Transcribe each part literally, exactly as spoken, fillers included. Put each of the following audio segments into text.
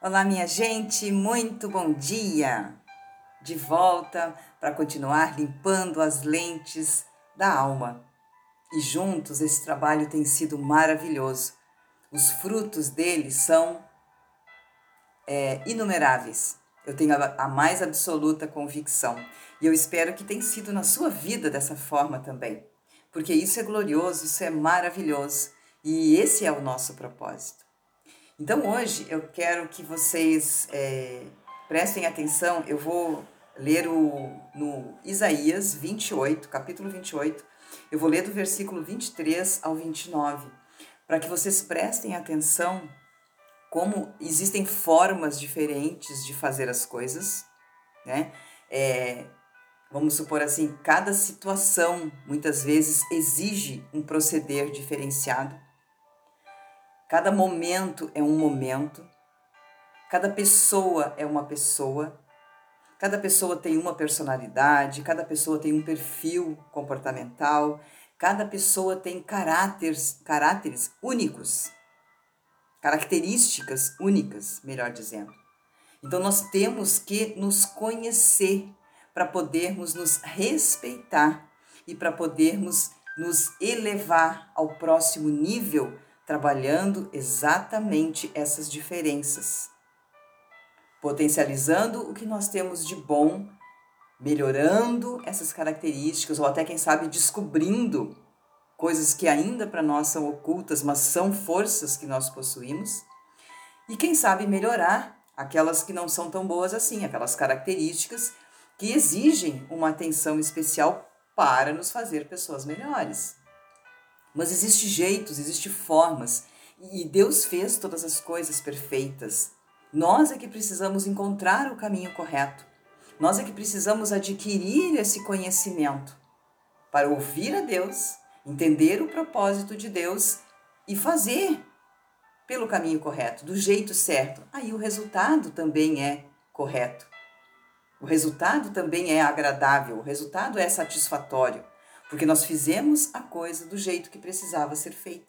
Olá, minha gente, muito bom dia! De volta para continuar limpando as lentes da alma. E juntos esse trabalho tem sido maravilhoso. Os frutos dele são é, inumeráveis. Eu tenho a, a mais absoluta convicção. E eu espero que tenha sido na sua vida dessa forma também. Porque isso é glorioso, isso é maravilhoso. E esse é o nosso propósito. Então hoje eu quero que vocês é, prestem atenção, eu vou ler o, no Isaías vinte e oito, capítulo vinte e oito, eu vou ler do versículo vinte e três ao vinte e nove, para que vocês prestem atenção como existem formas diferentes de fazer as coisas, né? É, vamos supor assim, cada situação muitas vezes exige um proceder diferenciado. Cada momento é um momento, cada pessoa é uma pessoa, cada pessoa tem uma personalidade, cada pessoa tem um perfil comportamental, cada pessoa tem caráteres, caráteres únicos, características únicas, melhor dizendo. Então nós temos que nos conhecer para podermos nos respeitar e para podermos nos elevar ao próximo nível, trabalhando exatamente essas diferenças, potencializando o que nós temos de bom, melhorando essas características, ou até, quem sabe, descobrindo coisas que ainda para nós são ocultas, mas são forças que nós possuímos, e quem sabe melhorar aquelas que não são tão boas assim, aquelas características que exigem uma atenção especial para nos fazer pessoas melhores. Mas existem jeitos, existem formas, e Deus fez todas as coisas perfeitas. Nós é que precisamos encontrar o caminho correto. Nós é que precisamos adquirir esse conhecimento para ouvir a Deus, entender o propósito de Deus e fazer pelo caminho correto, do jeito certo. Aí o resultado também é correto. O resultado também é agradável, o resultado é satisfatório. Porque nós fizemos a coisa do jeito que precisava ser feita.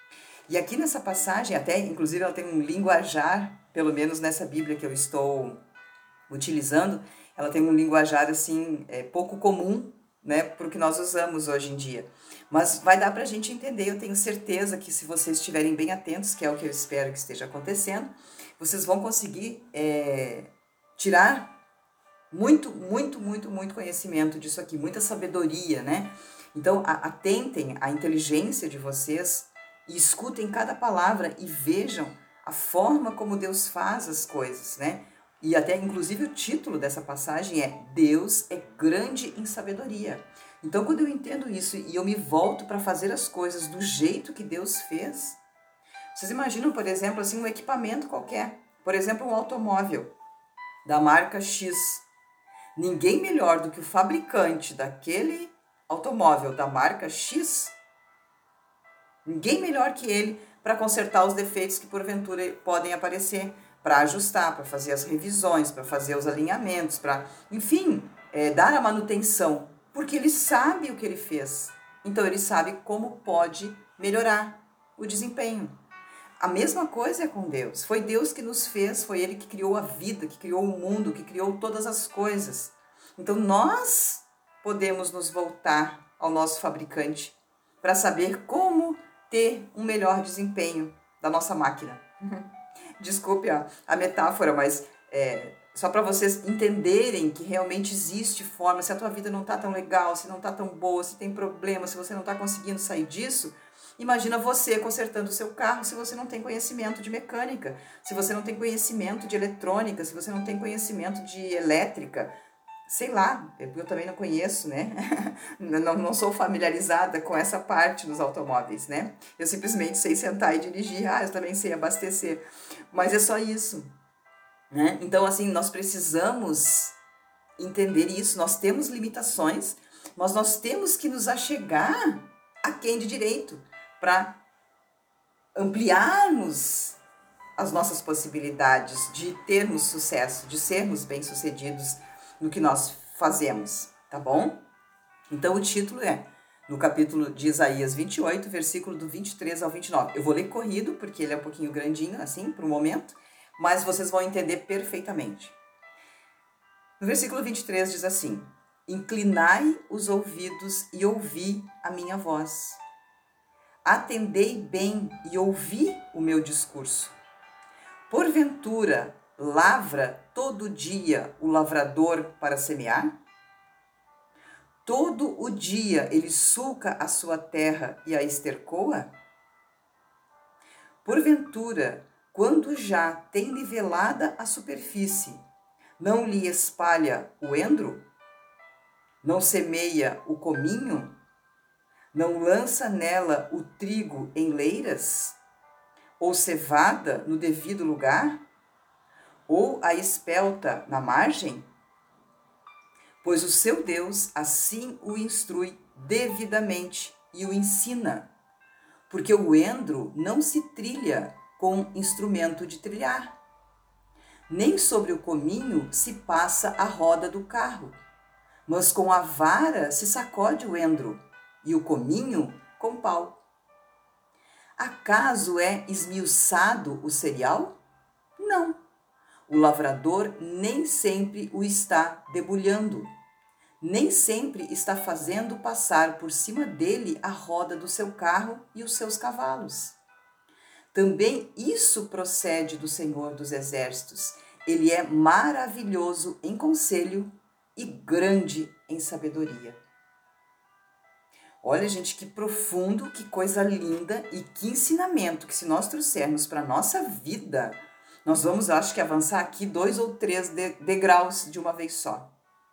E aqui nessa passagem, até inclusive ela tem um linguajar, pelo menos nessa Bíblia que eu estou utilizando, ela tem um linguajar assim, é, pouco comum, né, para o que nós usamos hoje em dia. Mas vai dar para a gente entender, eu tenho certeza que se vocês estiverem bem atentos, que é o que eu espero que esteja acontecendo, vocês vão conseguir é, tirar muito, muito, muito, muito conhecimento disso aqui, muita sabedoria, né? Então, atentem à inteligência de vocês e escutem cada palavra e vejam a forma como Deus faz as coisas, né? E até, inclusive, o título dessa passagem é Deus é grande em sabedoria. Então, quando eu entendo isso e eu me volto para fazer as coisas do jeito que Deus fez, vocês imaginam, por exemplo, assim, um equipamento qualquer, por exemplo, um automóvel da marca X. Ninguém melhor do que o fabricante daquele automóvel da marca X, ninguém melhor que ele para consertar os defeitos que porventura podem aparecer, para ajustar, para fazer as revisões, para fazer os alinhamentos, para, enfim, é, dar a manutenção, porque ele sabe o que ele fez. Então ele sabe como pode melhorar o desempenho. A mesma coisa é com Deus. Foi Deus que nos fez, foi Ele que criou a vida, que criou o mundo, que criou todas as coisas. Então nós podemos nos voltar ao nosso fabricante para saber como ter um melhor desempenho da nossa máquina. Desculpe a, a metáfora, mas é, só para vocês entenderem que realmente existe forma. Se a tua vida não está tão legal, se não está tão boa, se tem problema, se você não está conseguindo sair disso, imagina você consertando o seu carro se você não tem conhecimento de mecânica, se você não tem conhecimento de eletrônica, se você não tem conhecimento de elétrica, sei lá, eu também não conheço, né? não, não sou familiarizada com essa parte dos automóveis, né? Eu simplesmente sei sentar e dirigir, ah, eu também sei abastecer, mas é só isso, né? Então, assim, nós precisamos entender isso, nós temos limitações, mas nós temos que nos achegar a quem de direito, para ampliarmos as nossas possibilidades de termos sucesso, de sermos bem-sucedidos no que nós fazemos, tá bom? Então o título é, no capítulo de Isaías vinte e oito, versículo do vinte e três ao vinte e nove. Eu vou ler corrido, porque ele é um pouquinho grandinho, assim, para o momento, mas vocês vão entender perfeitamente. No versículo vinte e três diz assim: inclinai os ouvidos e ouvi a minha voz. Atendei bem e ouvi o meu discurso. Porventura, lavra todo dia o lavrador para semear? Todo o dia ele sulca a sua terra e a estercoa? Porventura, quando já tem nivelada a superfície, não lhe espalha o endro? Não semeia o cominho? Não lança nela o trigo em leiras? Ou cevada no devido lugar? Ou a espelta na margem? Pois o seu Deus assim o instrui devidamente e o ensina, porque o endro não se trilha com instrumento de trilhar, nem sobre o cominho se passa a roda do carro, mas com a vara se sacode o endro, e o cominho com pau. Acaso é esmiuçado o cereal? Não. O lavrador nem sempre o está debulhando, nem sempre está fazendo passar por cima dele a roda do seu carro e os seus cavalos. Também isso procede do Senhor dos Exércitos. Ele é maravilhoso em conselho e grande em sabedoria. Olha, gente, que profundo, que coisa linda e que ensinamento que, se nós trouxermos para a nossa vida, nós vamos, acho que, avançar aqui dois ou três degraus de uma vez só.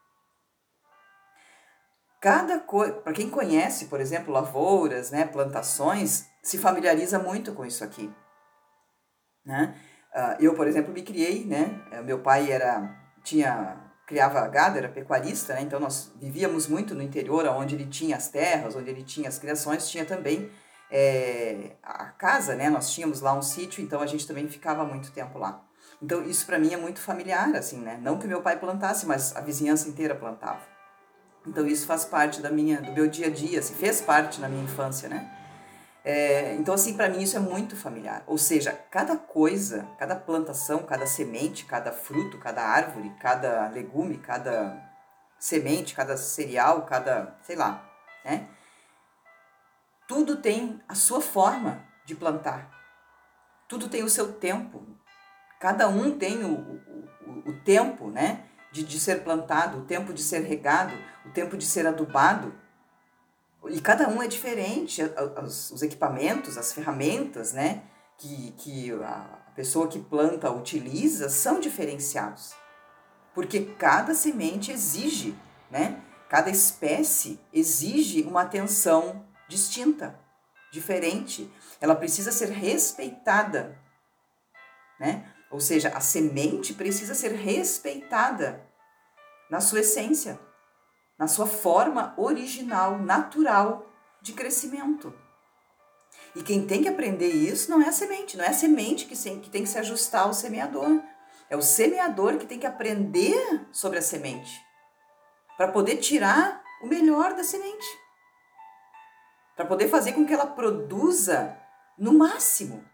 Cada coisa, para quem conhece, por exemplo, lavouras, né, plantações, se familiariza muito com isso aqui, né? Uh, eu, por exemplo, me criei, né? Meu pai era, tinha, criava gado, era pecuarista, né? Então nós vivíamos muito no interior, onde ele tinha as terras, onde ele tinha as criações, tinha também é, a casa, né? Nós tínhamos lá um sítio, então a gente também ficava muito tempo lá. Então isso para mim é muito familiar, assim, né? Não que meu pai plantasse, mas a vizinhança inteira plantava. Então isso faz parte da minha, do meu dia a dia, assim, fez parte da minha infância, né? É, então assim, para mim isso é muito familiar. Ou seja, cada coisa, cada plantação, cada semente, cada fruto, cada árvore, cada legume, cada semente, cada cereal, cada, sei lá, né? Tudo tem a sua forma de plantar. Tudo tem o seu tempo. Cada um tem o, o, o tempo, né? De, de ser plantado, o tempo de ser regado, o tempo de ser adubado. E cada um é diferente, os, os equipamentos, as ferramentas, né, que, que a pessoa que planta utiliza são diferenciados. Porque cada semente exige, né, cada espécie exige uma atenção distinta, diferente. Ela precisa ser respeitada, né? Ou seja, a semente precisa ser respeitada na sua essência, na sua forma original, natural de crescimento. E quem tem que aprender isso não é a semente, não é a semente que tem que se ajustar ao semeador. É o semeador que tem que aprender sobre a semente, para poder tirar o melhor da semente, para poder fazer com que ela produza no máximo.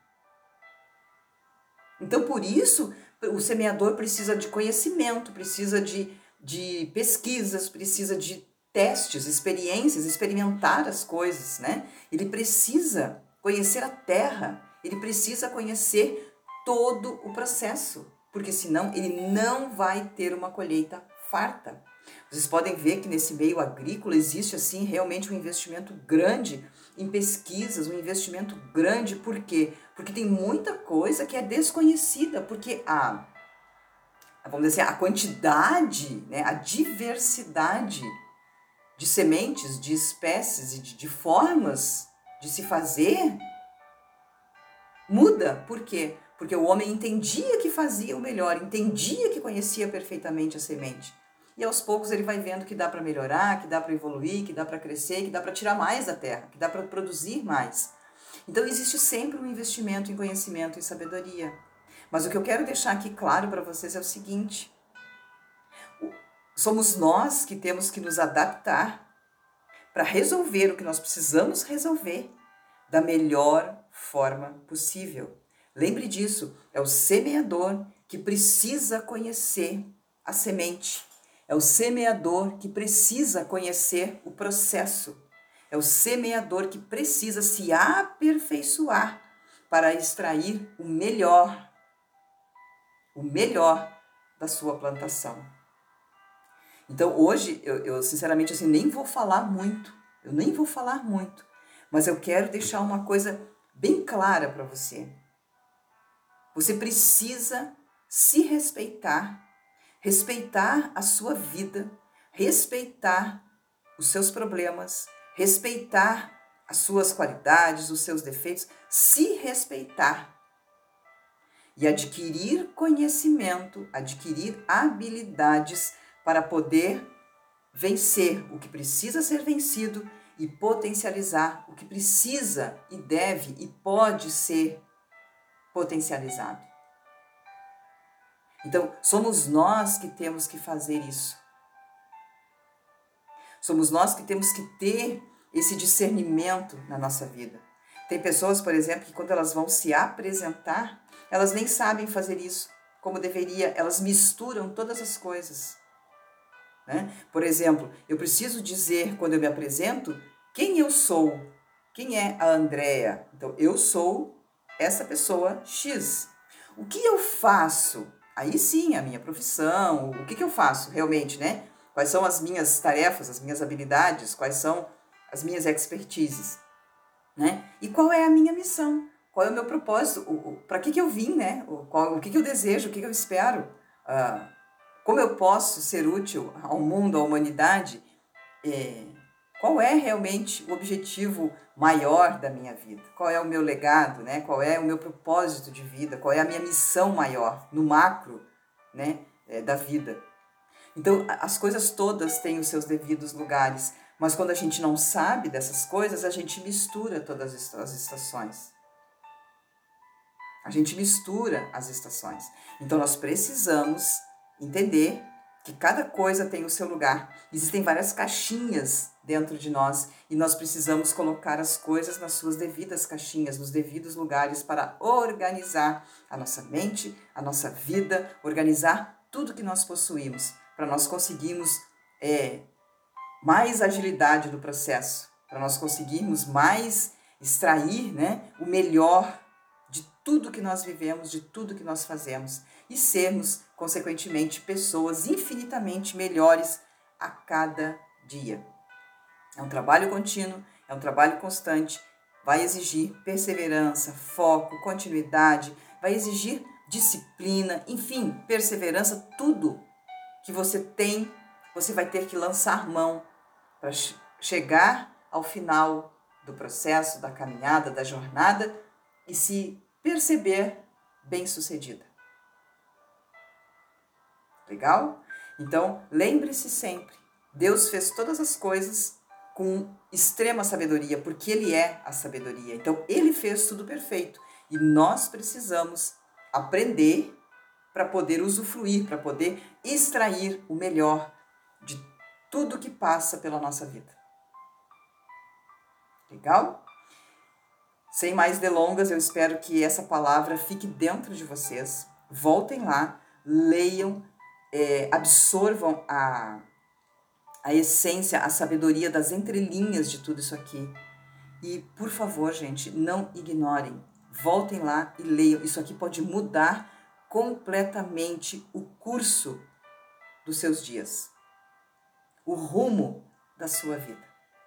Então, por isso, o semeador precisa de conhecimento, precisa de, de pesquisas, precisa de testes, experiências, experimentar as coisas, né? Ele precisa conhecer a terra, ele precisa conhecer todo o processo, porque senão ele não vai ter uma colheita farta. Vocês podem ver que nesse meio agrícola existe assim realmente um investimento grande em pesquisas, um investimento grande, por quê? Porque tem muita coisa que é desconhecida, porque a, vamos dizer assim, a quantidade, né, a diversidade de sementes, de espécies e de, de formas de se fazer muda. Por quê? Porque o homem entendia que fazia o melhor, entendia que conhecia perfeitamente a semente. E aos poucos ele vai vendo que dá para melhorar, que dá para evoluir, que dá para crescer, que dá para tirar mais da terra, que dá para produzir mais. Então existe sempre um investimento em conhecimento e sabedoria. Mas o que eu quero deixar aqui claro para vocês é o seguinte: somos nós que temos que nos adaptar para resolver o que nós precisamos resolver da melhor forma possível. Lembre disso, é o semeador que precisa conhecer a semente. É o semeador que precisa conhecer o processo. É o semeador que precisa se aperfeiçoar para extrair o melhor, o melhor da sua plantação. Então hoje, eu, eu sinceramente assim, nem vou falar muito, eu nem vou falar muito, mas eu quero deixar uma coisa bem clara para você. Você precisa se respeitar, respeitar a sua vida, respeitar os seus problemas, respeitar as suas qualidades, os seus defeitos, se respeitar e adquirir conhecimento, adquirir habilidades para poder vencer o que precisa ser vencido e potencializar o que precisa e deve e pode ser potencializado. Então, somos nós que temos que fazer isso. Somos nós que temos que ter esse discernimento na nossa vida. Tem pessoas, por exemplo, que quando elas vão se apresentar, elas nem sabem fazer isso como deveria, elas misturam todas as coisas. Né? Por exemplo, eu preciso dizer, quando eu me apresento, quem eu sou, quem é a Andréa. Então, eu sou essa pessoa X. O que eu faço? Aí sim, a minha profissão, o que, que eu faço realmente, né? Quais são as minhas tarefas, as minhas habilidades, quais são as minhas expertises, né? E qual é a minha missão? Qual é o meu propósito? Para que, que eu vim, né? O, qual, o que, que eu desejo, o que, que eu espero? Uh, como eu posso ser útil ao mundo, à humanidade? É, qual é realmente o objetivo maior da minha vida? Qual é o meu legado, né? Qual é o meu propósito de vida? Qual é a minha missão maior, no macro, né, é, da vida? Então, as coisas todas têm os seus devidos lugares, mas quando a gente não sabe dessas coisas, a gente mistura todas as estações. A gente mistura as estações. Então, nós precisamos entender que cada coisa tem o seu lugar. Existem várias caixinhas dentro de nós e nós precisamos colocar as coisas nas suas devidas caixinhas, nos devidos lugares para organizar a nossa mente, a nossa vida, organizar tudo que nós possuímos, para nós conseguirmos é, mais agilidade do processo, para nós conseguirmos mais extrair, né, o melhor de tudo que nós vivemos, de tudo que nós fazemos e sermos, consequentemente, pessoas infinitamente melhores a cada dia. É um trabalho contínuo, é um trabalho constante, vai exigir perseverança, foco, continuidade, vai exigir disciplina, enfim, perseverança, tudo que você tem, você vai ter que lançar mão para chegar ao final do processo, da caminhada, da jornada e se perceber bem-sucedida. Legal? Então, lembre-se sempre, Deus fez todas as coisas com extrema sabedoria, porque Ele é a sabedoria. Então, Ele fez tudo perfeito e nós precisamos aprender para poder usufruir, para poder extrair o melhor de tudo que passa pela nossa vida. Legal? Sem mais delongas, eu espero que essa palavra fique dentro de vocês. Voltem lá, leiam, é, absorvam a, a essência, a sabedoria das entrelinhas de tudo isso aqui. E, por favor, gente, não ignorem. Voltem lá e leiam. Isso aqui pode mudar completamente o curso dos seus dias, o rumo da sua vida.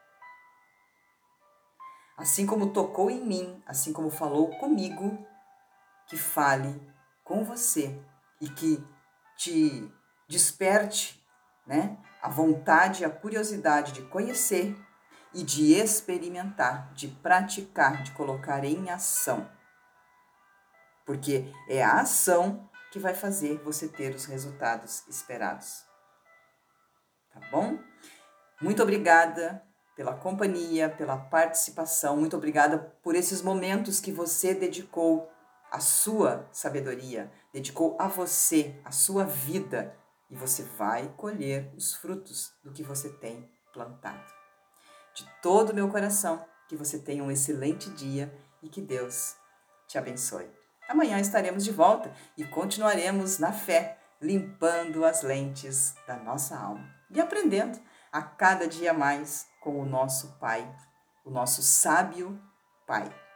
Assim como tocou em mim, assim como falou comigo, que fale com você e que te desperte, né, a vontade e a curiosidade de conhecer e de experimentar, de praticar, de colocar em ação. Porque é a ação que vai fazer você ter os resultados esperados. Tá bom? Muito obrigada pela companhia, pela participação. Muito obrigada por esses momentos que você dedicou à sua sabedoria, dedicou a você, a sua vida. E você vai colher os frutos do que você tem plantado. De todo o meu coração, que você tenha um excelente dia e que Deus te abençoe. Amanhã estaremos de volta e continuaremos na fé, limpando as lentes da nossa alma e aprendendo a cada dia mais com o nosso Pai, o nosso sábio Pai.